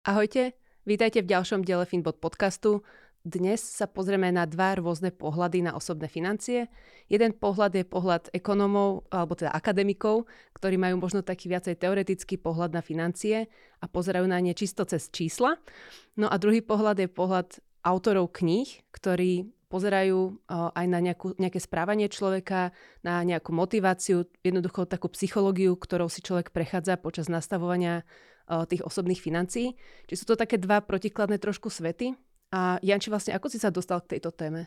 Ahojte, vítajte v ďalšom diele Finbot podcastu. Dnes sa pozrieme na dva rôzne pohľady na osobné financie. Jeden pohľad je pohľad ekonomov, alebo teda akademikov, ktorí majú možno taký viacej teoretický pohľad na financie a pozerajú na ne čisto cez čísla. No a druhý pohľad je pohľad autorov kníh, ktorí pozerajú aj na nejaké správanie človeka, na nejakú motiváciu, jednoducho takú psychológiu, ktorou si človek prechádza počas nastavovania tých osobných financií. Či sú to také dva protikladné trošku svety. A Janči, vlastne ako si sa dostal k tejto téme?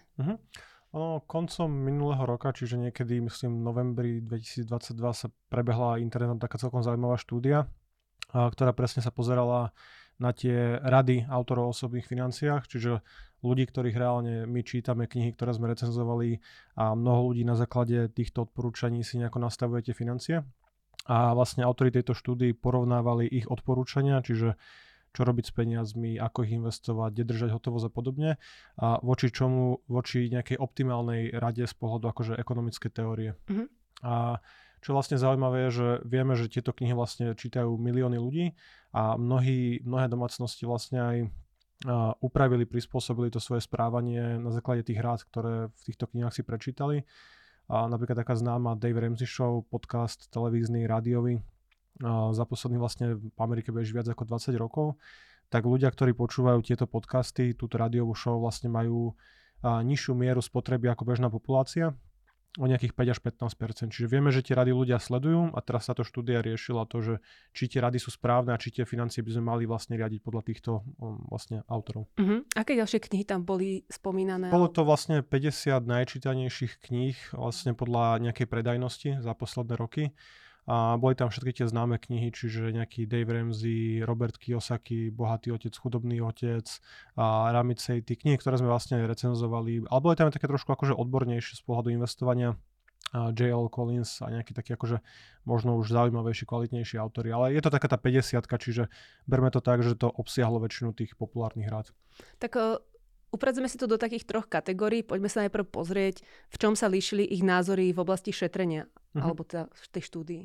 Koncom minulého roka, čiže niekedy, myslím, v novembri 2022 sa prebehla internetom taká celkom zaujímavá štúdia, ktorá presne sa pozerala na tie rady autorov o osobných financiách, čiže ľudí, ktorých reálne my čítame, knihy, ktoré sme recenzovali, a mnoho ľudí na základe týchto odporúčaní si nejako nastavuje tie financie. A vlastne autori tejto štúdii porovnávali ich odporúčania, čiže čo robiť s peniazmi, ako ich investovať, kde držať hotovosť a podobne, a voči nejakej optimálnej rade z pohľadu akože ekonomické teórie. Mm-hmm. A čo vlastne zaujímavé je, že vieme, že tieto knihy vlastne čítajú milióny ľudí a mnohé domácnosti vlastne aj upravili, prispôsobili to svoje správanie na základe tých rád, ktoré v týchto knihách si prečítali. A napríklad taká známa Dave Ramsey Show, podcast televízny, rádiový, za posledných vlastne v Amerike beží viac ako 20 rokov, tak ľudia, ktorí počúvajú tieto podcasty, túto rádiovú show, vlastne majú nižšiu mieru spotreby ako bežná populácia, o nejakých 5 až 15%. Čiže vieme, že tie rady ľudia sledujú a teraz sa to štúdia riešila to, že či tie rady sú správne a či tie financie by sme mali vlastne riadiť podľa týchto vlastne autorov. Aké ďalšie knihy tam boli spomínané? Bolo to vlastne 50 najčítanejších kníh vlastne podľa nejakej predajnosti za posledné roky. A boli tam všetky tie známe knihy, čiže nejaký Dave Ramsey, Robert Kiyosaki, Bohatý otec, Chudobný otec, a Ramsey, tie knihy, ktoré sme vlastne recenzovali. Ale boli tam také trošku akože odbornejšie z pohľadu investovania, J.L. Collins a nejaký taký akože možno už zaujímavejší, kvalitnejší autori. Ale je to taká tá 50-ka, čiže berme to tak, že to obsiahlo väčšinu tých populárnych rád. Tak upradzeme si to do takých troch kategórií. Poďme sa najprv pozrieť, v čom sa líšili ich názory v oblasti šetrenia, alebo teda v tej štúdii.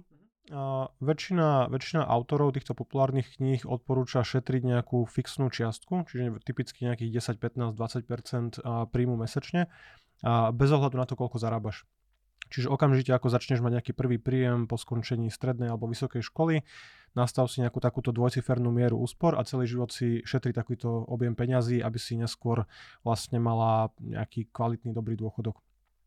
Väčšina autorov týchto populárnych kníh odporúča šetriť nejakú fixnú čiastku, čiže typicky nejakých 10, 15, 20% príjmu mesečne, bez ohľadu na to, koľko zarábaš. Čiže okamžite, ako začneš mať nejaký prvý príjem po skončení strednej alebo vysokej školy, nastav si nejakú takúto dvojcifernú mieru úspor a celý život si šetri takýto objem peňazí, aby si neskôr vlastne mala nejaký kvalitný, dobrý dôchodok.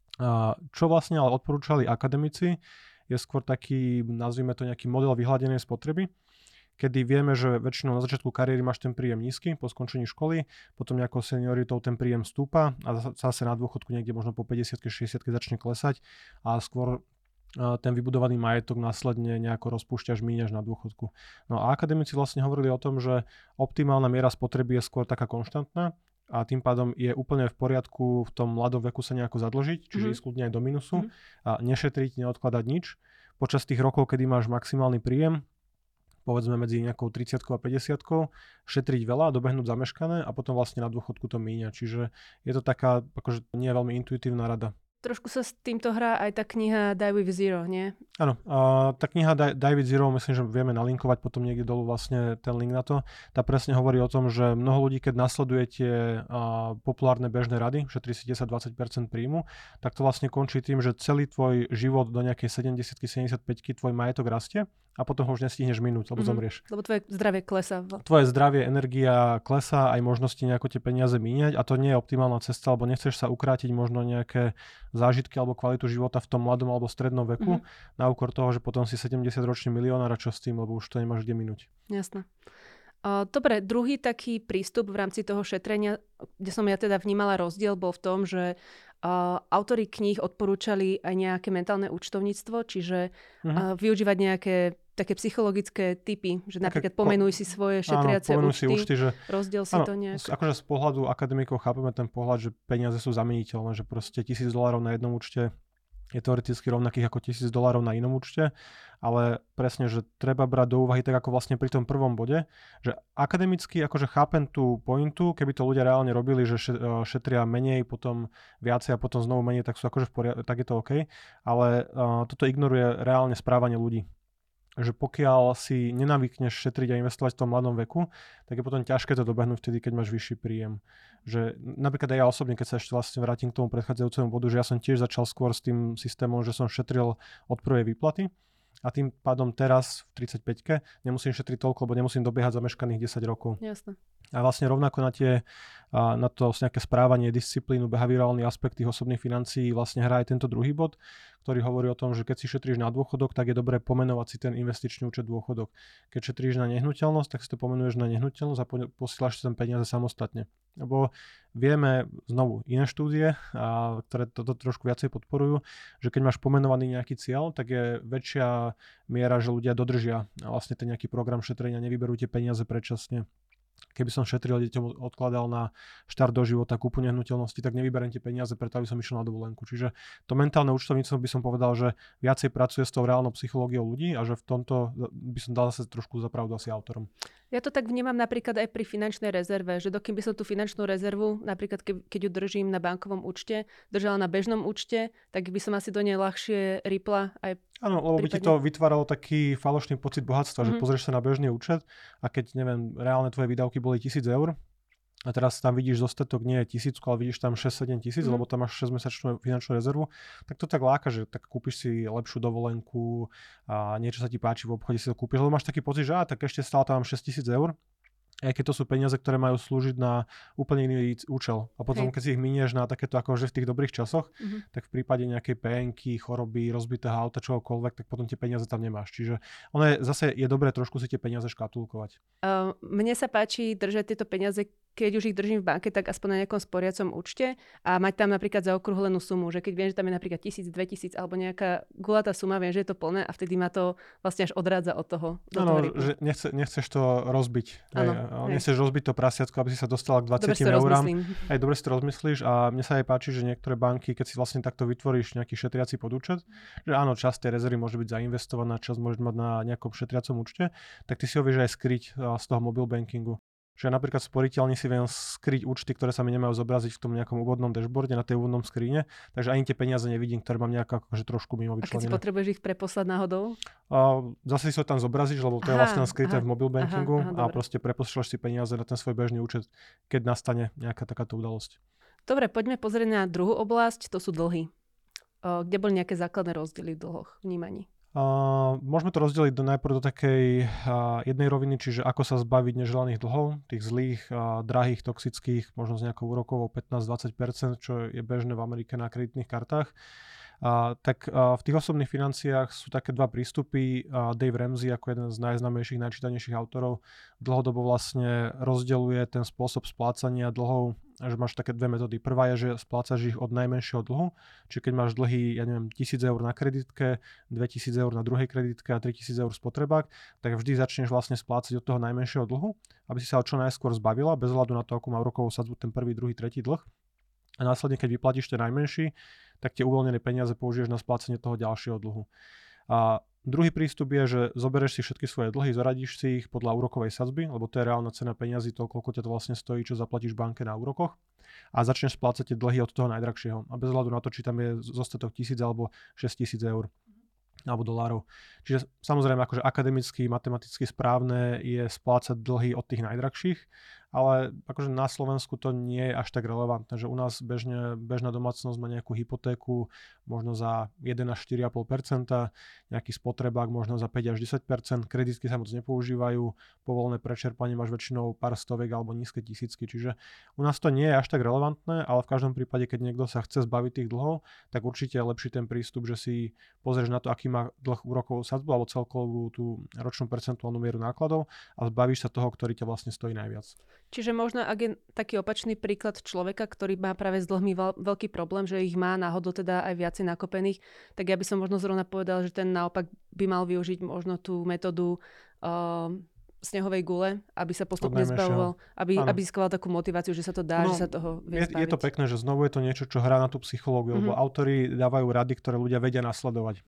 Čo vlastne ale odporúčali akademici, je skôr taký, nazvime to nejaký model vyhľadenej spotreby, kedy vieme, že väčšinou na začiatku kariéry máš ten príjem nízky po skončení školy, potom nejakou senioritou ten príjem stúpa a zase na dôchodku niekde možno po 50-ke, 60-ke začne klesať a skôr ten vybudovaný majetok následne nejako rozpúšťaš, míňaš na dôchodku. No a akademici vlastne hovorili o tom, že optimálna miera spotreby je skôr taká konštantná a tým pádom je úplne v poriadku v tom mladom veku sa nejako zadlžiť, čiže ísť kľudne aj do minusu a nešetriť, neodkladať nič. Počas tých rokov, kedy máš maximálny príjem, povedzme medzi nejakou 30 a 50, šetriť veľa, dobehnúť zameškané a potom vlastne na dôchodku to míňa. Čiže je to taká akože nie veľmi intuitívna rada. Trošku sa s týmto hrá aj tá kniha Die with Zero, nie? Áno, tá kniha Die with Zero, myslím, že vieme nalinkovať potom niekde dolu vlastne ten link na to. Tá presne hovorí o tom, že mnoho ľudí, keď nasleduje tie populárne bežné rady, šetrí si 10-20% príjmu, tak to vlastne končí tým, že celý tvoj život do nejakej 70-75 tvoj majetok rastie a potom ho už nestihneš minúť, lebo zomrieš. Lebo tvoje zdravie klesá. Tvoje zdravie, energia klesá, aj možnosti nejako tie peniaze míňať a to nie je optimálna cesta, lebo nechceš sa ukrátiť možno nejaké zážitky alebo kvalitu života v tom mladom alebo strednom veku na úkor toho, že potom si 70-ročný milionár a čo s tým, lebo už to nemáš kde minúť. Jasné. Dobre, druhý taký prístup v rámci toho šetrenia, kde som ja teda vnímala rozdiel, bol v tom, že autori kníh odporúčali aj nejaké mentálne účtovníctvo, čiže využívať nejaké také psychologické typy, že napríklad pomenuj si svoje šetriace účty, že rozdiel si to nejak. Akože z pohľadu akademikov chápeme ten pohľad, že peniaze sú zameniteľné, že proste $1000 na jednom účte je teoreticky rovnakých ako $1000 na inom účte, ale presne, že treba brať do úvahy tak ako vlastne pri tom prvom bode, že akademicky akože chápem tú pointu, keby to ľudia reálne robili, že šetria menej, potom viacej a potom znovu menej, tak sú akože tak je to OK, ale toto ignoruje reálne správanie ľudí. že pokiaľ si nenavykneš šetriť a investovať v tom mladom veku, tak je potom ťažké to dobehnúť vtedy, keď máš vyšší príjem. Že napríklad aj ja osobne, keď sa ešte vlastne vrátim k tomu predchádzajúcemu bodu, že ja som tiež začal skôr s tým systémom, že som šetril od prvej výplaty a tým pádom teraz v 35-ke nemusím šetriť toľko, lebo nemusím dobiehať zameškaných 10 rokov. Jasné. A vlastne rovnako na to nejaké správanie, disciplínu, behaviorálny aspekt tých osobných financií vlastne hrá aj tento druhý bod, ktorý hovorí o tom, že keď si šetríš na dôchodok, tak je dobré pomenovať si ten investičný účet dôchodok. Keď šetríš na nehnuteľnosť, tak si to pomenuješ na nehnuteľnosť a posielaš si tam peniaze samostatne. Lebo vieme, znovu, iné štúdie, ktoré toto trošku viacej podporujú, že keď máš pomenovaný nejaký cieľ, tak je väčšia miera, že ľudia dodržia vlastne ten nejaký program šetrenia, nevyberú tie peniaze predčasne. Keby som šetril, deťom odkladal na štart do života, kúpu nehnuteľnosti, tak nevyberiem tie peniaze preto, aby som išiel na dovolenku. Čiže to mentálne účtovníctvo by som povedal, že viacej pracuje s tou reálnou psychológiou ľudí a že v tomto by som dal zase trošku za pravdu asi autorom. Ja to tak vnímam napríklad aj pri finančnej rezerve, že dokým by som tú finančnú rezervu, napríklad keď ju držím na bankovom účte, držala na bežnom účte, tak by som asi do nej ľahšie ripla aj. Áno, lebo by ti to vytváralo taký falošný pocit bohatstva, že pozrieš sa na bežný účet a keď, neviem, reálne tvoje výdavky boli 1,000 eur a teraz tam vidíš zostatok nie 1,000, ale vidíš tam 6-7 tisíc, lebo tam máš 6-mesačnú finančnú rezervu, tak to tak láka, že tak kúpiš si lepšiu dovolenku a niečo sa ti páči v obchode, si to kúpiš, lebo máš taký pocit, že tak ešte stále tam mám 6,000 eur. Aj keď to sú peniaze, ktoré majú slúžiť na úplne iný účel. A potom, keď si ich minieš na takéto akože v tých dobrých časoch, tak v prípade nejakej penky, choroby, rozbitého auta, čokoľvek, tak potom tie peniaze tam nemáš. Čiže ono je dobré trošku si tie peniaze škatulkovať. Mne sa páči držať tieto peniaze, keď už ich držím v banke, tak aspoň na nejakom sporiacom účte a mať tam napríklad zaokrúhlenú sumu, že keď viem, že tam je napríklad 1,000, 2,000 alebo nejaká gulatá suma, viem, že je to plné a vtedy ma to vlastne až odrádza od toho. Áno, že nechceš to rozbiť. Nechceš rozbiť to prasiatko, aby si sa dostala k 20 eurám. Aj dobre si to rozmyslíš a mne sa aj páči, že niektoré banky, keď si vlastne takto vytvoríš nejaký šetriaci podúčet, že áno, časť tej rezervy môže byť zainvestovaná, časť môže mať na nejakom šetriacom účte, tak ty si ho vieš aj skryť z toho mobile bankingu. Že ja napríklad v sporiteľni si viem skryť účty, ktoré sa mi nemajú zobraziť v tom nejakom úvodnom dashboarde, na tej úvodnom skríne, takže ani tie peniaze nevidím, ktoré mám nejako akože trošku mimo vyčlenené. A keď si potrebuješ ich preposlať náhodou? Zase si ho tam zobrazíš, lebo to je vlastne skryté v mobile bankingu a proste prepošľaš si peniaze na ten svoj bežný účet, keď nastane nejaká takáto udalosť. Dobre, poďme pozrieť na druhú oblasť, to sú dlhy. Kde boli nejaké základné rozdiely v dlhoch, vnímaní? Môžeme to rozdeliť najprv do takej jednej roviny, čiže ako sa zbaviť neželaných dlhov, tých zlých, drahých, toxických, možno s nejakou úrokovou 15-20%, čo je bežné v Amerike na kreditných kartách. Tak v tých osobných financiách sú také dva prístupy. Dave Ramsey ako jeden z najznámejších, najčítanejších autorov dlhodobo vlastne rozdeľuje ten spôsob splácania dlhov, že máš také dve metódy. Prvá je, že splácaš ich od najmenšieho dlhu, čiže keď máš dlhy, 1,000 eur na kreditke, 2,000 eur na druhej kreditke a 3,000 eur spotrebák, tak vždy začneš vlastne splácať od toho najmenšieho dlhu, aby si sa ho čo najskôr zbavila, bez ohľadu na to, akú má úrokovú sadzbu ten prvý, druhý, tretí dlh. A následne, keď vyplatíš ten najmenší, tak tie uvoľnené peniaze použiješ na splácenie toho ďalšieho dlhu. A druhý prístup je, že zoberieš si všetky svoje dlhy, zaradíš si ich podľa úrokovej sadzby, lebo to je reálna cena peňazí, to koľko ťa to vlastne stojí, čo zaplatíš banke na úrokoch, a začneš splácať tie dlhy od toho najdrahšieho. A bez ohľadu na to, či tam je zostatok 1,000 alebo 6,000 eur alebo dolárov. Čiže samozrejme akože akademicky, matematicky správne je splácať dlhy od tých najdrahších, ale akože na Slovensku to nie je až tak relevantné, že u nás bežná domácnosť má nejakú hypotéku možno za 1 až 4,5%, nejaký spotrebák možno za 5 až 10%, kreditky sa moc nepoužívajú, povolené prečerpanie máš väčšinou pár stoviek alebo nízke tisícky, čiže u nás to nie je až tak relevantné, ale v každom prípade, keď niekto sa chce zbaviť tých dlhov, tak určite je lepší ten prístup, že si pozrieš na to, aký má dlh úrokovú sadzbu alebo celkovú tú ročnú percentuálnu mieru nákladov a zbavíš sa toho, ktorý ťa vlastne stojí najviac. Čiže možno, ak je taký opačný príklad človeka, ktorý má práve s dlhmi veľký problém, že ich má náhodou teda aj viacej nakopených, tak ja by som možno zrovna povedal, že ten naopak by mal využiť možno tú metódu snehovej gule, aby sa postupne zbavoval, aby získal takú motiváciu, že sa to dá, že sa toho vie zbaviť. Je to pekné, že znovu je to niečo, čo hrá na tú psychológiu, lebo autori dávajú rady, ktoré ľudia vedia nasledovať.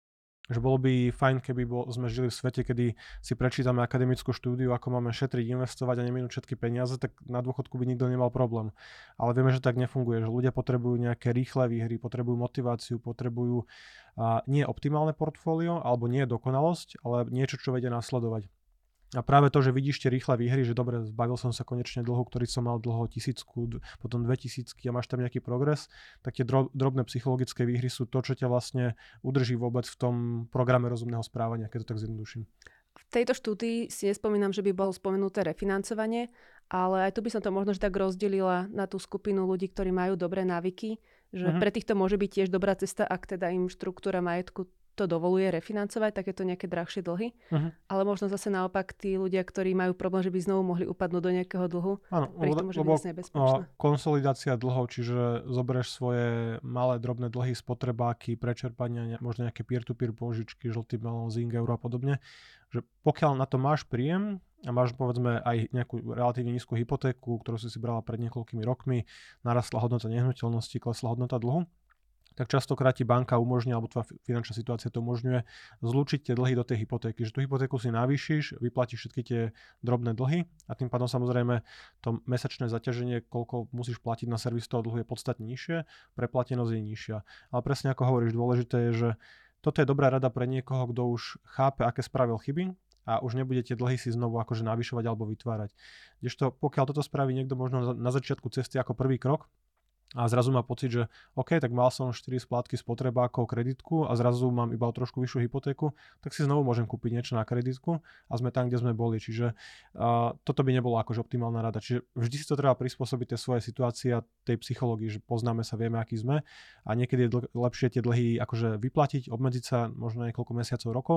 že bolo by fajn, keby sme žili v svete, kedy si prečítame akademickú štúdiu, ako máme šetriť, investovať a neminúť všetky peniaze, tak na dôchodku by nikto nemal problém. Ale vieme, že tak nefunguje, že ľudia potrebujú nejaké rýchle výhry, potrebujú motiváciu, potrebujú nie optimálne portfólio, alebo nie dokonalosť, ale niečo, čo vedia nasledovať. A práve to, že vidíš tie rýchle výhry, že dobre, zbavil som sa konečne dlhu, ktorý som mal dlho 1000, potom 2000 a máš tam nejaký progres, tak tie drobné psychologické výhry sú to, čo ťa vlastne udrží vôbec v tom programe rozumného správania, keď to tak zjednoduším. V tejto štúdii si nespomínam, že by bolo spomenuté refinancovanie, ale aj tu by som to možno že tak rozdelila na tú skupinu ľudí, ktorí majú dobré návyky, že pre týchto môže byť tiež dobrá cesta, ak teda im štruktúra majetku to dovoluje refinancovať takéto nejaké drahšie dlhy. Ale možno zase naopak tí ľudia, ktorí majú problém, že by znovu mohli upadnúť do nejakého dlhu, pre to môže byť jasne nebezpečné. Konsolidácia dlhov, čiže zoberieš svoje malé drobné dlhy, spotrebáky, prečerpania, možno nejaké peer-to-peer pôžičky, žltý melón, zing, euro a podobne, že pokiaľ na to máš príjem a máš povedzme aj nejakú relatívne nízku hypotéku, ktorú si brala pred niekoľkými rokmi, narastla hodnota nehnuteľnosti, klesla hodnota dlhu, tak častokrát ti banka umožní, alebo tvoja finančná situácia to umožňuje, zlúčiť tie dlhy do tej hypotéky. Že tú hypotéku si navýšiš, vyplatíš všetky tie drobné dlhy a tým pádom samozrejme to mesačné zaťaženie, koľko musíš platiť na servis toho dlhu je podstatne nižšie, preplatenosť je nižšia. Ale presne ako hovoríš, dôležité je, že toto je dobrá rada pre niekoho, kto už chápe, aké spravil chyby a už nebude tie dlhy si znovu akože navyšovať alebo vytvárať. Kdežto pokiaľ toto spraví niekto možno na začiatku cesty ako prvý krok, a zrazu má pocit, že OK, tak mal som 4 splátky spotrebákov, kreditku a zrazu mám iba o trošku vyššiu hypotéku, tak si znovu môžem kúpiť niečo na kreditku a sme tam, kde sme boli. Čiže toto by nebolo akože optimálna rada. Čiže vždy si to treba prispôsobiť tej svojej situácii a tej psychológii, že poznáme sa, vieme, aký sme a niekedy je lepšie tie dlhy akože vyplatiť, obmedziť sa možno niekoľko mesiacov, rokov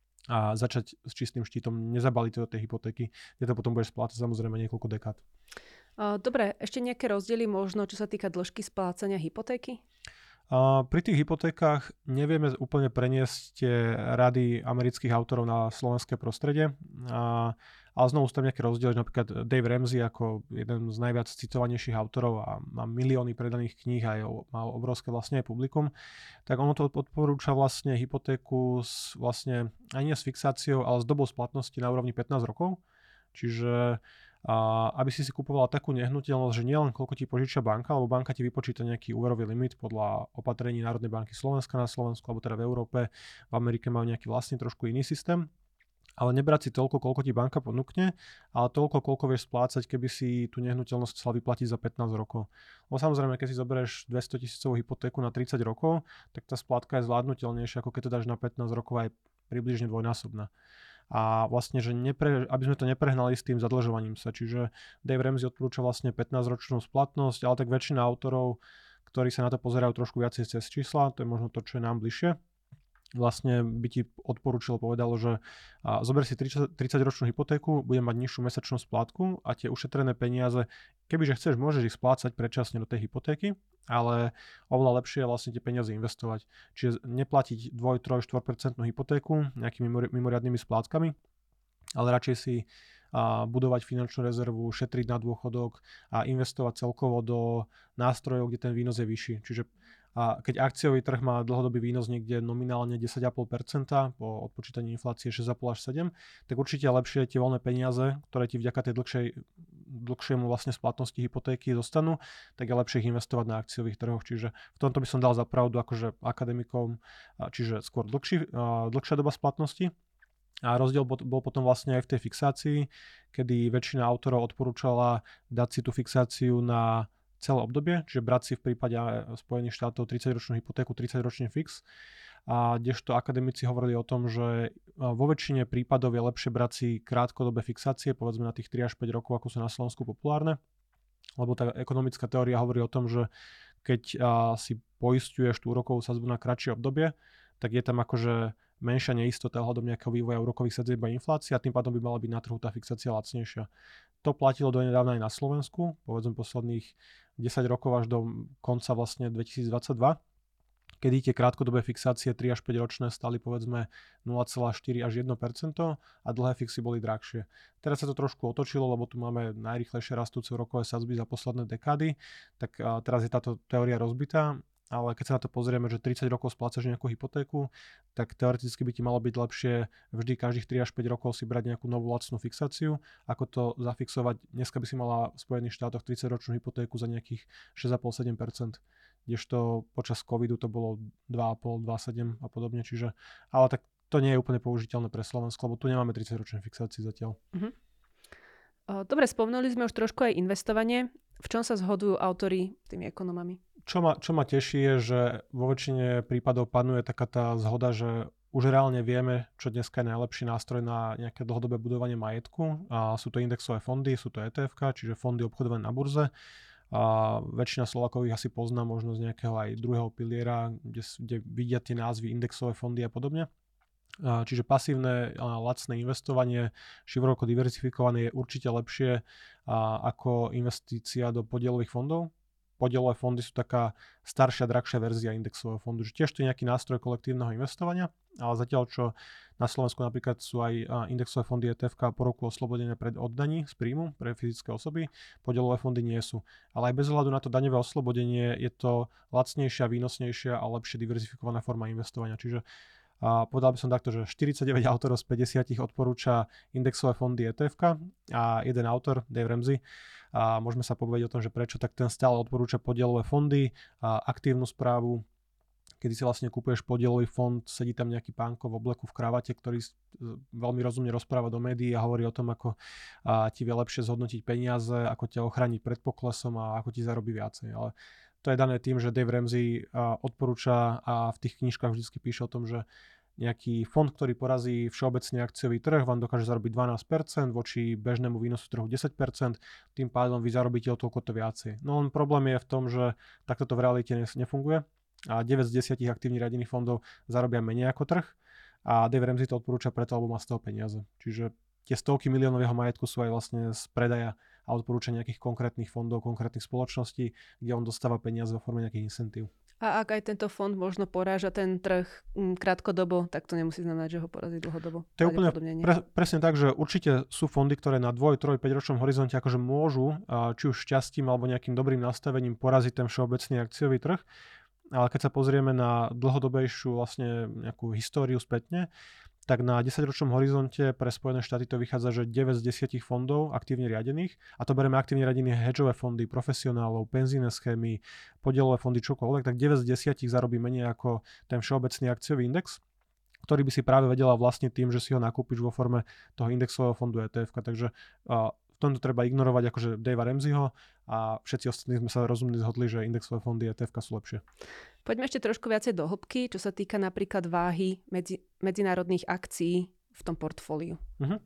a začať s čistým štítom, nezabaliť to do tej hypotéky, kde to potom budeš splácať samozrejme niekoľko dekád. Dobre, ešte nejaké rozdiely možno, čo sa týka dĺžky splácania hypotéky? Pri tých hypotékach nevieme úplne preniesť tie rady amerických autorov na slovenské prostredie, ale znovu sú tam nejaké rozdiely, napríklad Dave Ramsey ako jeden z najviac citovanejších autorov a má milióny predaných kníh a má obrovské vlastne publikum, tak ono to odporúča vlastne hypotéku vlastne aj nie s fixáciou, ale s dobou splatnosti na úrovni 15 rokov. Čiže aby si kupovala takú nehnuteľnosť, že nielen koľko ti požičia banka, alebo banka ti vypočíta nejaký úverový limit podľa opatrení Národnej banky Slovenska na Slovensku, alebo teda v Európe, v Amerike majú nejaký vlastne trošku iný systém, ale nebrať si toľko, koľko ti banka ponúkne, ale toľko, koľko vieš splácať, keby si tú nehnuteľnosť chcela vyplatiť za 15 rokov. No samozrejme, keď si zoberieš 200 000 hypotéku na 30 rokov, tak tá splátka je zvládnutelnejšia, ako keď to dáš na 15 rokov, aj približne dvojnásobná. A vlastne, že aby sme to neprehnali s tým zadlžovaním sa. Čiže Dave Ramsey odporúča vlastne 15-ročnú splatnosť, ale tak väčšina autorov, ktorí sa na to pozerajú trošku viacej cez čísla, to je možno to, čo je nám bližšie, vlastne by ti povedalo, že zober si 30-ročnú hypotéku, bude mať nižšiu mesačnú splátku a tie ušetrené peniaze, kebyže chceš, môžeš ich splácať predčasne do tej hypotéky, ale oveľa lepšie je vlastne tie peniaze investovať. Čiže neplatiť 2, 3, 4% hypotéku nejakými mimoriadnymi splátkami, ale radšej si budovať finančnú rezervu, šetriť na dôchodok a investovať celkovo do nástrojov, kde ten výnos je vyšší. Čiže keď akciový trh má dlhodobý výnos niekde nominálne 10,5% po odpočítaní inflácie 6,5 až 7, tak určite lepšie tie voľné peniaze, ktoré ti vďaka tej dlhšiemu vlastne splatnosti hypotéky dostanú, tak je lepšie ich investovať na akciových trhoch. Čiže v tomto by som dal za pravdu akože akademikom, čiže skôr dlhšia doba splatnosti. A rozdiel bol potom vlastne aj v tej fixácii, kedy väčšina autorov odporúčala dať si tú fixáciu na celé obdobie, čiže brať si v prípade Spojených štátov 30-ročnú hypotéku, 30-ročný fix. A kdežto akademici hovorili o tom, že vo väčšine prípadov je lepšie brať si krátkodobé fixácie, povedzme na tých 3 až 5 rokov, ako sú na Slovensku populárne. Lebo tá ekonomická teória hovorí o tom, že keď si poisťuješ tú úrokovú sadzbu na kratšie obdobie, tak je tam akože menšia neistota ohľadom nejakého vývoja úrokových sadzieb a inflácie a tým pádom by mala byť na trhu tá fixácia lacnejšia. To platilo donedávna aj na Slovensku, povedzme posledných 10 rokov až do konca vlastne 2022, kedy tie krátkodobé fixácie 3 až 5 ročné stali povedzme 0,4 až 1% a dlhé fixy boli drahšie. Teraz sa to trošku otočilo, lebo tu máme najrýchlejšie rastúce úrokové sadzby za posledné dekády, tak teraz je táto teória rozbitá ale keď sa na to pozrieme, že 30 rokov splácaš nejakú hypotéku, tak teoreticky by ti malo byť lepšie vždy každých 3 až 5 rokov si brať nejakú novú lacnú fixáciu, ako to zafixovať. Dneska by si mala v Spojených štátoch 30-ročnú hypotéku za nejakých 6,5-7%, kdežto počas covidu to bolo 2,5, 2,7 a podobne, čiže, ale tak to nie je úplne použiteľné pre Slovensko, lebo tu nemáme 30-ročné fixácie zatiaľ. Dobre, spomenuli sme už trošku aj investovanie. V čom sa zhodujú autori s tými ekonomami? Čo ma teší je, že vo väčšine prípadov panuje taká tá zhoda, že už reálne vieme, čo dneska je najlepší nástroj na nejaké dlhodobé budovanie majetku. A sú to indexové fondy, sú to ETF-ka, čiže fondy obchodované na burze. A väčšina Slovákov ich asi pozná možno z nejakého aj druhého piliera, kde vidia tie názvy indexové fondy a podobne. Čiže pasívne lacné investovanie, široko diverzifikované je určite lepšie ako investícia do podielových fondov. Podielové fondy sú taká staršia, drahšia verzia indexového fondu, že tiež to je nejaký nástroj kolektívneho investovania, ale zatiaľ čo na Slovensku napríklad sú aj indexové fondy ETF po roku oslobodené pred oddaní z príjmu pre fyzické osoby, podielové fondy nie sú. Ale aj bez ohľadu na to daňové oslobodenie je to lacnejšia, výnosnejšia a lepšie diverzifikovaná forma investovania. Čiže povedal by som takto, že 49 autorov z 50 odporúča indexové fondy ETF a jeden autor, Dave Ramsey, a môžeme sa povedať o tom, že prečo, tak ten stále odporúča podielové fondy, aktívnu správu, kedy si vlastne kúpuješ podielový fond, sedí tam nejaký pánko v obleku v kravate, ktorý veľmi rozumne rozpráva do médií a hovorí o tom, ako ti vie lepšie zhodnotiť peniaze, ako ťa ochrániť pred poklesom a ako ti zarobí viacej. Ale to je dané tým, že Dave Ramsey odporúča a v tých knižkách vždy píše o tom, že nejaký fond, ktorý porazí všeobecný akciový trh, vám dokáže zarobiť 12% voči bežnému výnosu trhu 10%, tým pádom vy zarobíte o toľko to viacej. No len problém je v tom, že takto to v realite nefunguje a 9 z 10 aktívne riadených fondov zarobia menej ako trh a Dave Ramsey to odporúča preto, lebo má z toho peniaze. Čiže tie stovky miliónov jeho majetku sú aj vlastne z predaja a odporúča nejakých konkrétnych fondov, konkrétnych spoločností, kde on dostáva peniaze vo forme nejakých incentív. A ak aj tento fond možno poráža ten trh krátkodobo, tak to nemusí znamenať, že ho porazí dlhodobo. To je úplne presne tak, že určite sú fondy, ktoré na 2, 3, 5 ročnom horizonte akože môžu, či už šťastím alebo nejakým dobrým nastavením poraziť ten všeobecný akciový trh. Ale keď sa pozrieme na dlhodobejšiu vlastne nejakú históriu spätne, tak na 10-ročnom horizonte pre Spojené štáty to vychádza, že 9 z 10 fondov aktívne riadených, a to bereme aktívne riadené hedžové fondy, profesionálov, penzíne schémy, podielové fondy, čokoľvek, tak 9 z 10 zarobí menej ako ten všeobecný akciový index, ktorý by si práve vedela vlastniť tým, že si ho nakúpiš vo forme toho indexového fondu ETF. Takže v tomto treba ignorovať akože Davea Ramseyho a všetci ostatní sme sa rozumne zhodli, že indexové fondy ETF sú lepšie. Poďme ešte trošku viacej do hĺbky, čo sa týka napríklad váhy medzinárodných akcií v tom portfóliu.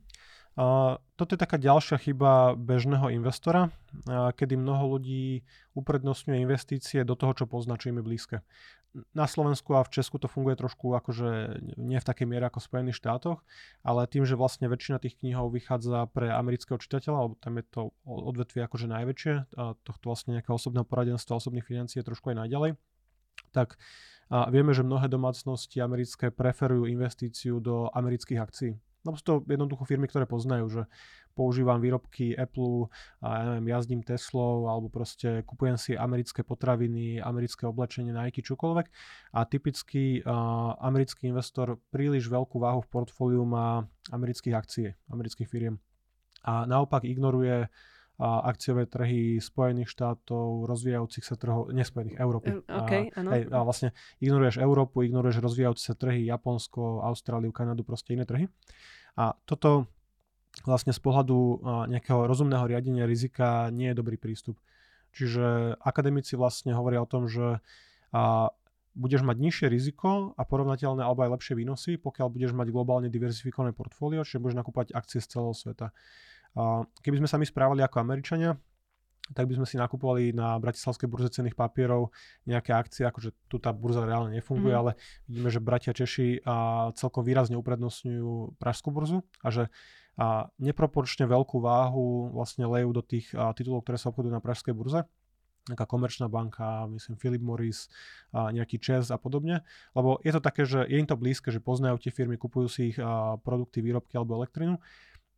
Toto je taká ďalšia chyba bežného investora, kedy mnoho ľudí uprednostňuje investície do toho, čo pozná, čo im je blízke. Na Slovensku a v Česku to funguje trošku akože nie v takej miere ako v Spojených štátoch, ale tým, že vlastne väčšina tých knihov vychádza pre amerického čitateľa, alebo tam je to odvetvie akože najväčšie, a tohto vlastne nejakého osobného poradenstva, osobných financií je trošku aj najďalej, tak vieme, že mnohé domácnosti americké preferujú investíciu do amerických akcií. No sú to jednoducho firmy, ktoré poznajú, že používam výrobky Apple, ja neviem, jazdím Teslou, alebo proste kupujem si americké potraviny, americké oblečenie, Nike, čokoľvek. A typický americký investor príliš veľkú váhu v portfóliu má amerických akcií, amerických firiem. A naopak ignoruje akciové trhy Spojených štátov, rozvíjajúcich sa trhov, nespojených, Európy. A vlastne ignoruješ Európu, ignoruješ rozvíjajúce sa trhy, Japonsko, Austráliu, Kanadu, proste iné trhy. A toto vlastne z pohľadu nejakého rozumného riadenia rizika nie je dobrý prístup. Čiže akademici vlastne hovoria o tom, že budeš mať nižšie riziko a porovnateľné alebo aj lepšie výnosy, pokiaľ budeš mať globálne diverzifikované portfólio, čiže budeš nakúpať akcie z celého sveta. Keby sme sa my správali ako Američania, tak by sme si nakupovali na bratislavskej burze cenných papierov nejaké akcie, akože tu tá burza reálne nefunguje, ale vidíme, že bratia Češi celkom výrazne uprednostňujú pražskú burzu a že neproporčne veľkú váhu vlastne lejú do tých titulov, ktoré sa obchodujú na pražskej burze. Nejaká Komerčná banka, myslím Philip Morris, nejaký ČEZ a podobne. Lebo je to také, že je im to blízke, že poznajú tie firmy, kupujú si ich produkty, výrobky alebo elektrinu.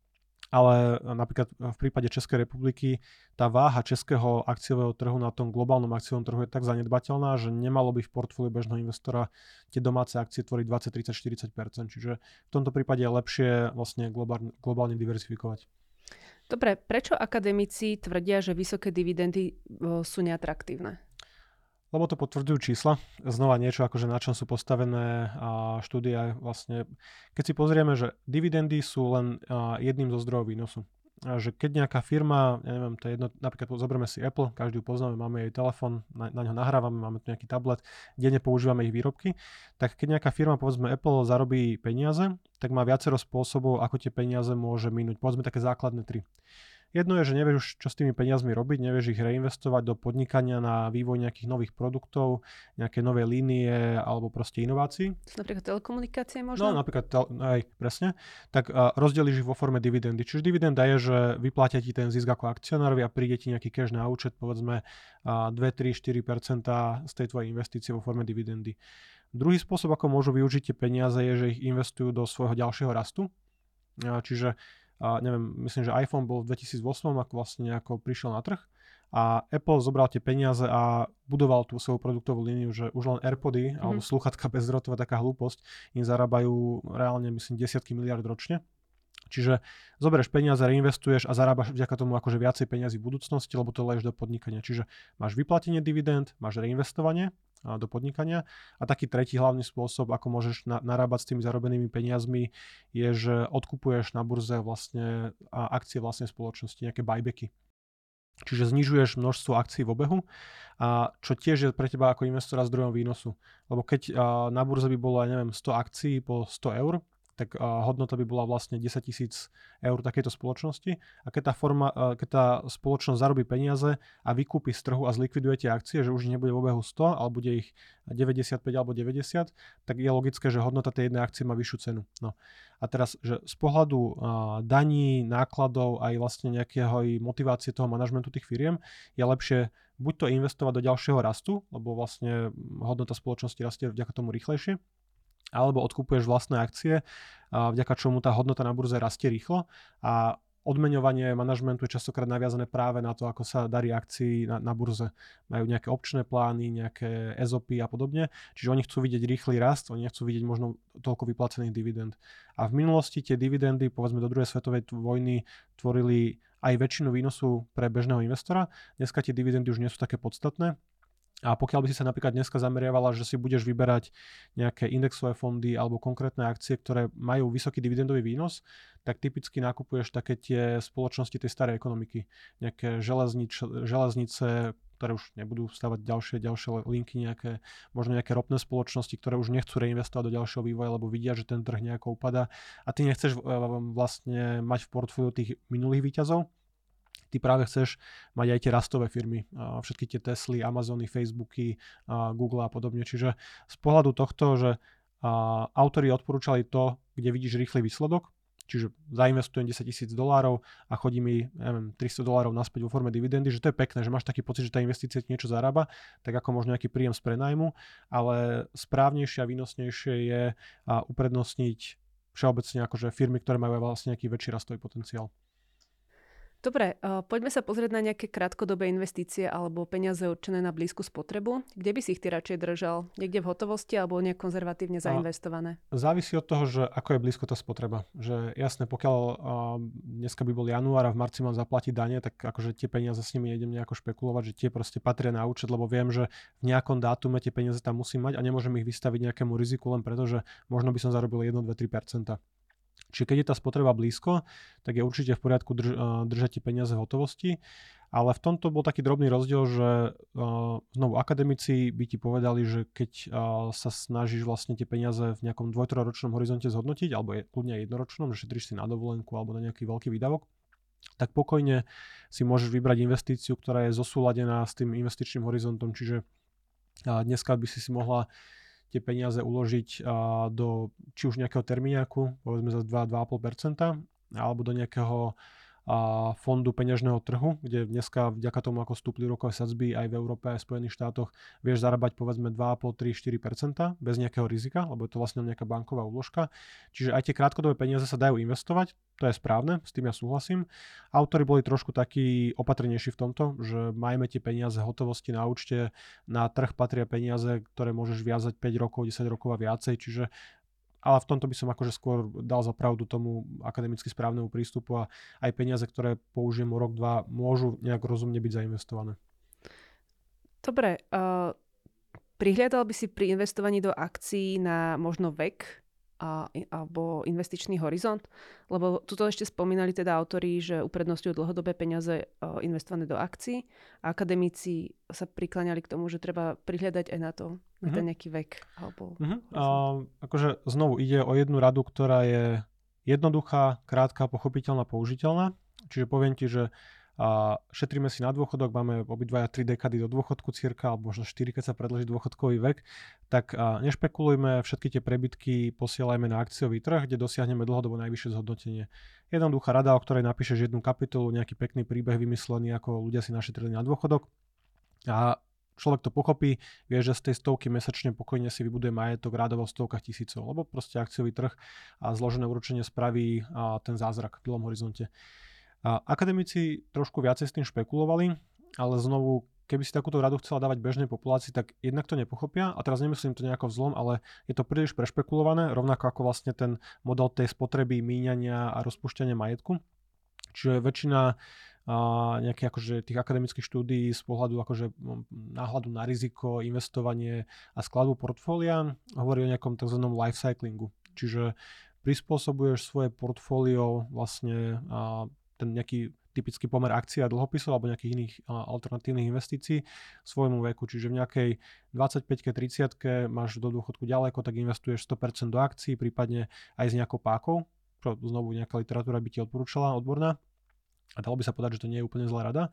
ale napríklad v prípade Českej republiky tá váha českého akciového trhu na tom globálnom akciovom trhu je tak zanedbateľná, že nemalo by v portfóliu bežného investora tie domáce akcie tvoriť 20, 30, 40%. Čiže v tomto prípade je lepšie vlastne globálne diverzifikovať. Dobre, prečo akademici tvrdia, že vysoké dividendy sú neatraktívne? Lebo to potvrdzujú čísla. Znova niečo, akože na čom sú postavené štúdia. Vlastne, keď si pozrieme, že dividendy sú len jedným zo zdrojov výnosu. Že keď nejaká firma, ja neviem, to je jedno, napríklad zoberme si Apple, každý ju poznáme, máme jej telefón, na ňo nahrávame, máme tu nejaký tablet, denne používame ich výrobky, tak keď nejaká firma, povedzme Apple, zarobí peniaze, tak má viacero spôsobov, ako tie peniaze môže minúť. Povedzme také základné 3. Jedno je, že nevieš už, čo s tými peniazmi robiť, nevieš ich reinvestovať do podnikania na vývoj nejakých nových produktov, nejaké nové línie alebo proste inovácií. Napríklad telekomunikácie možno? No napríklad, aj presne. Tak rozdeliš ich vo forme dividendy. Čiže dividenda je, že vyplatia ti ten zisk ako akcionárovi a príde ti nejaký cash na účet, povedzme 2, 3, 4% z tej tvojej investície vo forme dividendy. Druhý spôsob, ako môžu využiť tie peniaze, je, že ich investujú do svojho ďalšieho rastu. Čiže neviem, myslím, že iPhone bol v 2008, ako vlastne ako prišiel na trh a Apple zobral tie peniaze a budoval tú svoju produktovú líniu, že už len AirPody alebo slúchatka bezdrôtové, taká hlúposť, im zarábajú reálne, myslím, desiatky miliard ročne. Čiže zoberieš peniaze, reinvestuješ a zarábaš vďaka tomu akože viacej peniazy v budúcnosti, lebo to leješ do podnikania. Čiže máš vyplatenie dividend, máš reinvestovanie do podnikania. A taký tretí hlavný spôsob, ako môžeš narábať s tými zarobenými peniazmi, je, že odkupuješ na burze vlastne akcie vlastnej spoločnosti, nejaké buybacky. Čiže znižuješ množstvo akcií v obehu, a čo tiež je pre teba ako investora zdrojom výnosu. Lebo keď na burze by bolo, neviem, 100 akcií po 100 eur, tak hodnota by bola vlastne 10 000 eur takejto spoločnosti. A keď tá spoločnosť zarobí peniaze a vykúpi z trhu a zlikviduje tie akcie, že už nebude v obehu 100, ale bude ich 95 alebo 90, tak je logické, že hodnota tej jednej akcie má vyššiu cenu. No. A teraz, že z pohľadu daní, nákladov aj vlastne nejakého motivácie toho manažmentu tých firiem je lepšie buď to investovať do ďalšieho rastu, lebo vlastne hodnota spoločnosti rastie vďaka tomu rýchlejšie, alebo odkupuješ vlastné akcie, vďaka čomu tá hodnota na burze rastie rýchlo a odmeňovanie manažmentu je častokrát naviazané práve na to, ako sa darí akcií na burze. Majú nejaké opčné plány, nejaké ESOPy a podobne, čiže oni chcú vidieť rýchly rast, oni chcú vidieť možno toľko vyplacených dividend. A v minulosti tie dividendy, povedzme do druhej svetovej vojny, tvorili aj väčšinu výnosu pre bežného investora. Dneska tie dividendy už nie sú také podstatné. A pokiaľ by si sa napríklad dneska zameriavala, že si budeš vyberať nejaké indexové fondy alebo konkrétne akcie, ktoré majú vysoký dividendový výnos, tak typicky nakupuješ také tie spoločnosti tej starej ekonomiky. Nejaké železnice, ktoré už nebudú stavať ďalšie linky, možno nejaké ropné spoločnosti, ktoré už nechcú reinvestovať do ďalšieho vývoja, lebo vidia, že ten trh nejako upadá. A ty nechceš vlastne mať v portfóliu tých minulých výťazov. Ty práve chceš mať aj tie rastové firmy, všetky tie Tesly, Amazony, Facebooky, Google a podobne. Čiže z pohľadu tohto, že autori odporúčali to, kde vidíš rýchly výsledok, čiže zainvestujem $10,000 a chodí mi, neviem, $300 naspäť vo forme dividendy, že to je pekné, že máš taký pocit, že tá investícia ti niečo zarába, tak ako možno nejaký príjem z prenajmu, ale správnejšie a výnosnejšie je uprednostniť všeobecne akože firmy, ktoré majú vlastne nejaký väčší rastový potenciál. Dobre, poďme sa pozrieť na nejaké krátkodobé investície alebo peniaze určené na blízku spotrebu. Kde by si ich ty radšej držal? Niekde v hotovosti alebo nejak konzervatívne zainvestované? Závisí od toho, že ako je blízko tá spotreba. Že jasné, pokiaľ dneska by bol január a v marci mám zaplatiť dane, tak akože tie peniaze s nimi nejdem nejako špekulovať, že tie proste patria na účet, lebo viem, že v nejakom dátume tie peniaze tam musím mať a nemôžem ich vystaviť nejakému riziku len preto, že možno by som zarobil 1, 2, 3%. Čiže keď je tá spotreba blízko, tak je určite v poriadku držať tie peniaze v hotovosti. Ale v tomto bol taký drobný rozdiel, že znovu akademici by ti povedali, že keď sa snažíš vlastne tie peniaze v nejakom 2-3 ročnom horizonte zhodnotiť, alebo je kľudne jednoročnom, že šetríš si na dovolenku alebo na nejaký veľký výdavok, tak pokojne si môžeš vybrať investíciu, ktorá je zosúladená s tým investičným horizontom. Čiže dneska by si mohla tie peniaze uložiť do či už nejakého termíňaku, povedzme za 2-2,5%, alebo do nejakého fondu peňažného trhu, kde dneska vďaka tomu, ako stúpli úrokové sadzby aj v Európe, aj v Spojených štátoch, vieš zarábať povedzme 2,5, 3, 4% bez nejakého rizika, lebo je to vlastne nejaká banková úložka. Čiže aj tie krátkodobé peniaze sa dajú investovať, to je správne, s tým ja súhlasím. Autori boli trošku takí opatrnejší v tomto, že majme tie peniaze hotovosti na účte, na trh patria peniaze, ktoré môžeš viazať 5 rokov, 10 rokov a viacej, čiže ale v tomto by som akože skôr dal za pravdu tomu akademicky správnemu prístupu a aj peniaze, ktoré použijem o rok, dva, môžu nejak rozumne byť zainvestované. Dobre, prihliadal by si pri investovaní do akcií na možno vek alebo investičný horizont? Lebo tuto ešte spomínali teda autori, že uprednostňujú dlhodobé peniaze investované do akcií a akademici sa prikláňali k tomu, že treba prihliadať aj na to, na ten nejaký vek. Alebo akože znovu ide o jednu radu, ktorá je jednoduchá, krátka, pochopiteľná, použiteľná. Čiže poviem ti, že šetríme si na dôchodok, máme obidvaja 3 dekady do dôchodku cirka, alebo možno 4, keď sa predĺží dôchodkový vek, tak nešpekulujme, všetky tie prebytky posielajme na akciový trh, kde dosiahneme dlhodobo najvyššie zhodnotenie. Jednoduchá rada, o ktorej napíšeš jednu kapitolu, nejaký pekný príbeh vymyslený, ako ľudia si našetrili na dôchodok. A človek to pochopí, vie, že z tej stovky mesačne pokojne si vybuduje majetok rádovo v stovkách tisícov, lebo proste akciový trh a zložené úročenie spraví ten zázrak v dlhom horizonte. Akademici trošku viacej s tým špekulovali, ale znovu, keby si takúto radu chcela dávať bežnej populácii, tak jednak to nepochopia a teraz nemyslím to nejako vzlom, ale je to príliš prešpekulované, rovnako ako vlastne ten model tej spotreby, míňania a rozpúšťania majetku. Čiže väčšina nejakých akože tých akademických štúdií z pohľadu akože náhľadu na riziko, investovanie a skladbu portfólia hovorí o nejakom tzv. Life cyclingu. Čiže prispôsobuješ svoje portfólio vlastne ten nejaký typický pomer akcií a dlhopisov alebo nejakých iných alternatívnych investícií svojmu veku. Čiže v nejakej 25-ke, 30-ke máš do dôchodku ďaleko, tak investuješ 100% do akcií, prípadne aj s nejakou pákou, čo znovu nejaká literatúra by ti odporúčala odborná. A dalo by sa povedať, že to nie je úplne zlá rada.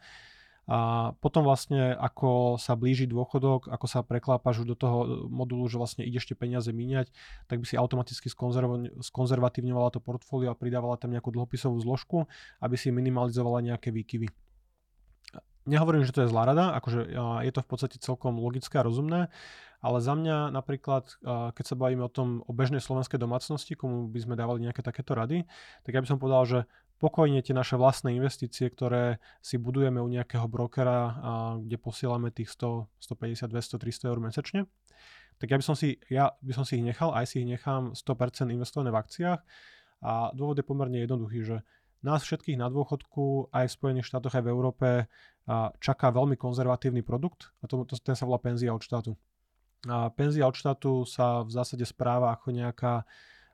A potom vlastne, ako sa blíži dôchodok, ako sa preklápaš už do toho modulu, že vlastne ideš tie peniaze míňať, tak by si automaticky skonzervatívňovala to portfólio a pridávala tam nejakú dlhopisovú zložku, aby si minimalizovala nejaké výkyvy. Nehovorím, že to je zlá rada, akože je to v podstate celkom logické a rozumné, ale za mňa napríklad, keď sa bavíme o bežnej slovenskej domácnosti, komu by sme dávali nejaké takéto rady, tak ja by som povedal, že pokojne tie naše vlastné investície, ktoré si budujeme u nejakého brokera, kde posielame tých 100, 150, 200, 300 eur mesačne, tak ja by som si ich nechal, aj si ich nechám 100% investované v akciách a dôvod je pomerne jednoduchý, že nás všetkých na dôchodku aj v Spojených štátoch, aj v Európe čaká veľmi konzervatívny produkt a ten sa volá penzia od štátu. A penzia od štátu sa v zásade správa ako nejaká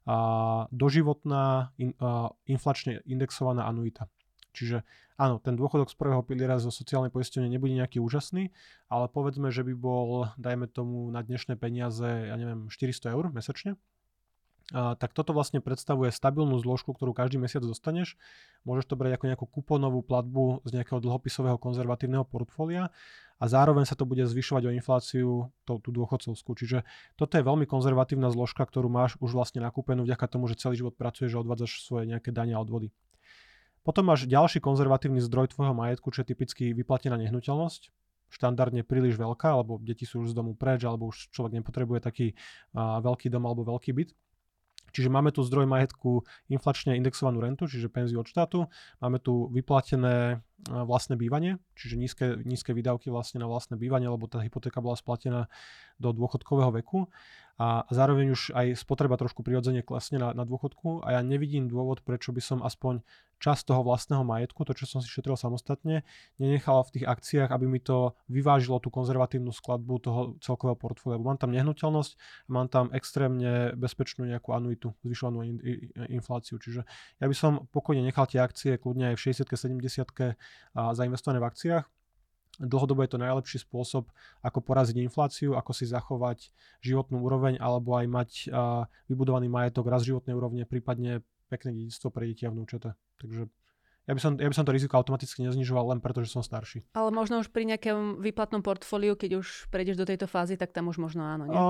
doživotná inflačne indexovaná anuita. Čiže áno, ten dôchodok z prvého piliera zo sociálnej poisťovne nebude nejaký úžasný, ale povedzme, že by bol, dajme tomu na dnešné peniaze, ja neviem, 400 eur mesačne. Tak toto vlastne predstavuje stabilnú zložku, ktorú každý mesiac dostaneš. Môžeš to brať ako nejakú kuponovú platbu z nejakého dlhopisového konzervatívneho portfólia a zároveň sa to bude zvyšovať o infláciu tú dôchodcovskú. Čiže toto je veľmi konzervatívna zložka, ktorú máš už vlastne nakúpenú vďaka tomu, že celý život pracuješ a odvádzaš svoje nejaké dane a odvody. Potom máš ďalší konzervatívny zdroj tvojho majetku, čo je typicky vyplatená nehnuteľnosť. Štandardne príliš veľká, alebo deti sú už z domu preč, alebo už človek nepotrebuje taký veľký dom alebo veľký byt. Čiže máme tu zdroj majetku inflačne indexovanú rentu, čiže penziu od štátu. Máme tu vyplatené vlastné bývanie, čiže nízke výdavky vlastne na vlastné bývanie, lebo tá hypotéka bola splatená do dôchodkového veku. A zároveň už aj spotreba trošku prirodzene klesne na dôchodku a ja nevidím dôvod, prečo by som aspoň časť toho vlastného majetku, to čo som si šetril samostatne, nenechal v tých akciách, aby mi to vyvážilo tú konzervatívnu skladbu toho celkového portfólia. Mám tam nehnuteľnosť, mám tam extrémne bezpečnú nejakú anuitu, zvyšovanú infláciu. Čiže ja by som pokojne nechal tie akcie kľudne aj v 60-ke, 70-ke zainvestované v akciách. Dlhodobo je to najlepší spôsob, ako poraziť infláciu, ako si zachovať životnú úroveň alebo aj mať vybudovaný majetok raz životnej úrovne, prípadne pekné dedičstvo pre deti a vnúčata. Takže ja by som to riziko automaticky neznižoval len preto, že som starší. Ale možno už pri nejakom výplatnom portfóliu, keď už prejdeš do tejto fázy, tak tam už možno áno, nie?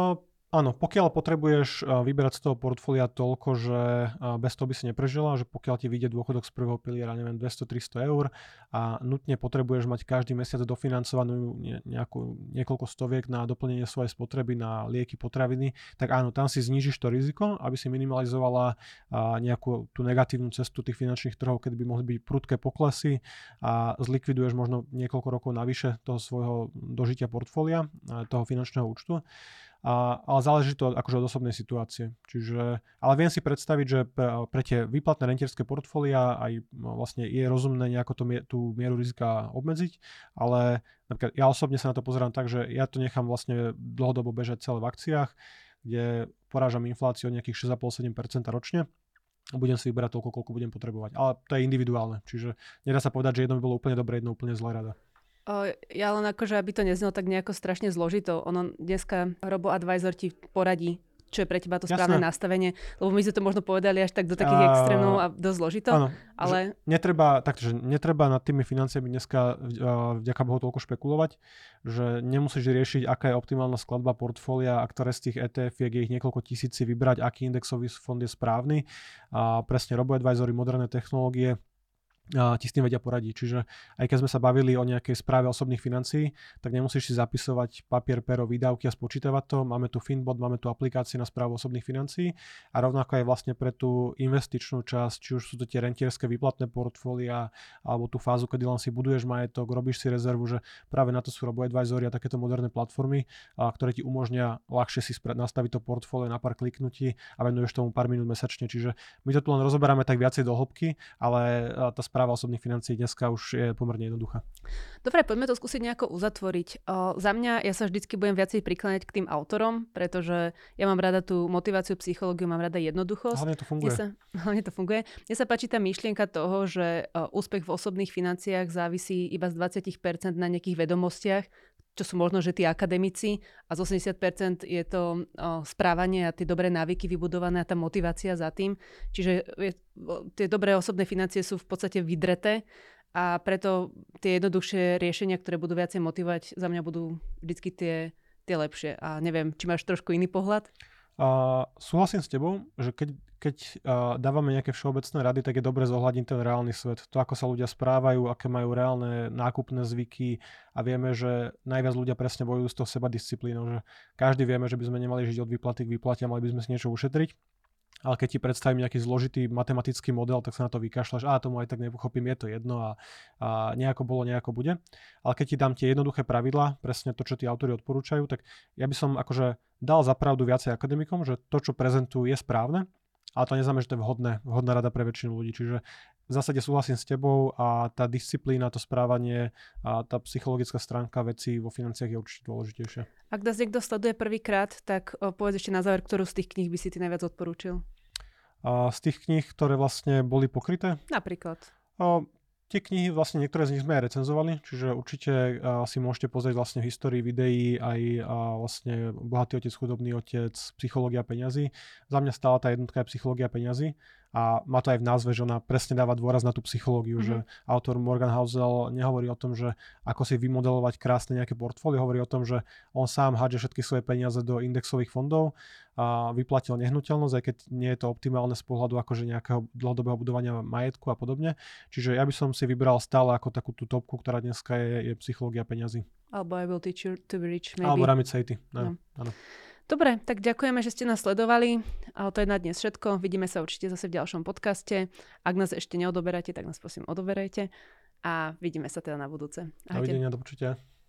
Áno, pokiaľ potrebuješ vyberať z toho portfólia toľko, že bez toho by si neprežila, že pokiaľ ti vyjde dôchodok z prvého piliera, neviem, 200-300 eur a nutne potrebuješ mať každý mesiac dofinancovanú niekoľko stoviek na doplnenie svojej spotreby na lieky, potraviny, tak áno, tam si znížiš to riziko, aby si minimalizovala nejakú tú negatívnu cestu tých finančných trhov, keď by mohli byť prudké poklesy a zlikviduješ možno niekoľko rokov navyše toho svojho dožitia portfólia, toho finančného účtu. Ale záleží to akože od osobnej situácie. Čiže, ale viem si predstaviť, že pre tie výplatné rentierské portfólia aj vlastne je rozumné nejako tú mieru rizika obmedziť, ale napríklad ja osobne sa na to pozerám tak, že ja to nechám vlastne dlhodobo bežať celé v akciách, kde porážam infláciu o nejakých 6,5-7% ročne. Budem si vyberať toľko, koľko budem potrebovať. Ale to je individuálne, čiže nedá sa povedať, že jedno by bolo úplne dobre, jedno úplne zlé rada. Ja len akože, aby to neznelo tak nejako strašne zložito. Ono dneska Robo-advisor ti poradí, čo je pre teba to správne nastavenie, lebo my sme to možno povedali až tak do takých extrémov a dosť zložito. Áno, ale netreba nad tými financiami dneska vďaka Bohu toľko špekulovať, že nemusíš riešiť, aká je optimálna skladba portfólia a ktoré z tých ETF-iek je ich niekoľko tisíci vybrať, aký indexový fond je správny. A presne Robo-advisory, moderné technológie ti s tým vedia poradiť. Čiže aj keď sme sa bavili o nejakej správe osobných financií, tak nemusíš si zapisovať papier, pero, výdavky a spočítavať to. Máme tu Finbot, máme tu aplikácie na správu osobných financií a rovnako aj vlastne pre tú investičnú časť, či už sú to tie rentierské výplatné portfólia alebo tú fázu, kedy len si buduješ majetok, robíš si rezervu, že práve na to sú robo-advisory a takéto moderné platformy, ktoré ti umožnia ľahšie si nastaviť to portfólio na pár kliknutí a venuješ tomu pár minút mesačne. Čiže my to tu len rozoberáme tak viacej do hĺbky, ale tá správa osobných financií dneska už je pomerne jednoduchá. Dobre, poďme to skúsiť nejako uzatvoriť. Za mňa, ja sa vždycky budem viacej prikláňať k tým autorom, pretože ja mám rada tú motiváciu, psychológiu, mám rada jednoduchosť. Hlavne to funguje. Hlavne to funguje. Mne sa páči tá myšlienka toho, že úspech v osobných financiách závisí iba z 20% na nejakých vedomostiach, čo sú možno, že tí akademici, a z 80% je to správanie a tie dobré návyky vybudované a tá motivácia za tým. Čiže tie dobré osobné financie sú v podstate vydreté a preto tie jednoduchšie riešenia, ktoré budú viacej motivovať, za mňa budú vždycky tie lepšie. A neviem, či máš trošku iný pohľad? Súhlasím s tebou, že keď dávame nejaké všeobecné rady, tak je dobre zohľadniť ten reálny svet. To, ako sa ľudia správajú, aké majú reálne nákupné zvyky a vieme, že najviac ľudia presne bojujú s tou sebadisciplínou, že každý vieme, že by sme nemali žiť od výplaty k výplate a mali by sme si niečo ušetriť. Ale keď ti predstavím nejaký zložitý matematický model, tak sa na to vykašľaš, tomu aj tak nepochopím, je to jedno a nejako bolo, nejako bude. Ale keď ti dám tie jednoduché pravidlá, presne to, čo tí autori odporúčajú, tak ja by som akože dal za pravdu viacej akademikom, že to, čo prezentujú, je správne, ale to neznamená, že to je vhodná rada pre väčšinu ľudí. Čiže v zásade súhlasím s tebou a tá disciplína, to správanie a tá psychologická stránka vecí vo financiách je určite dôležitejšia. Ak nás niekto sleduje prvýkrát, tak povedz ešte na záver, ktorú z tých kníh by si ty najviac odporúčil? Z tých kníh, ktoré vlastne boli pokryté? Napríklad. Tie knihy, vlastne niektoré z nich sme aj recenzovali, čiže určite si môžete pozrieť vlastne v histórii videí aj vlastne Bohatý otec, chudobný otec, Psychológia peňazí. Za mňa stála tá jednotka je Psychológia peňazí a má to aj v názve, že ona presne dáva dôraz na tú psychológiu, že autor Morgan Housel nehovorí o tom, že ako si vymodelovať krásne nejaké portfólio, hovorí o tom, že on sám hádže všetky svoje peniaze do indexových fondov a vyplatil nehnuteľnosť, aj keď nie je to optimálne z pohľadu akože nejakého dlhodobého budovania majetku a podobne. Čiže ja by som si vybral stále ako takú tú topku, ktorá dneska je Psychológia peňazí. Alebo I Will Teach You to Be Rich, maybe. Alebo Ramit Sethi. Áno. Dobre, tak ďakujeme, že ste nás sledovali. A to je na dnes všetko. Vidíme sa určite zase v ďalšom podcaste. Ak nás ešte neodoberáte, tak nás prosím odoberajte. A vidíme sa teda na budúce. Dovidenia, do počutia.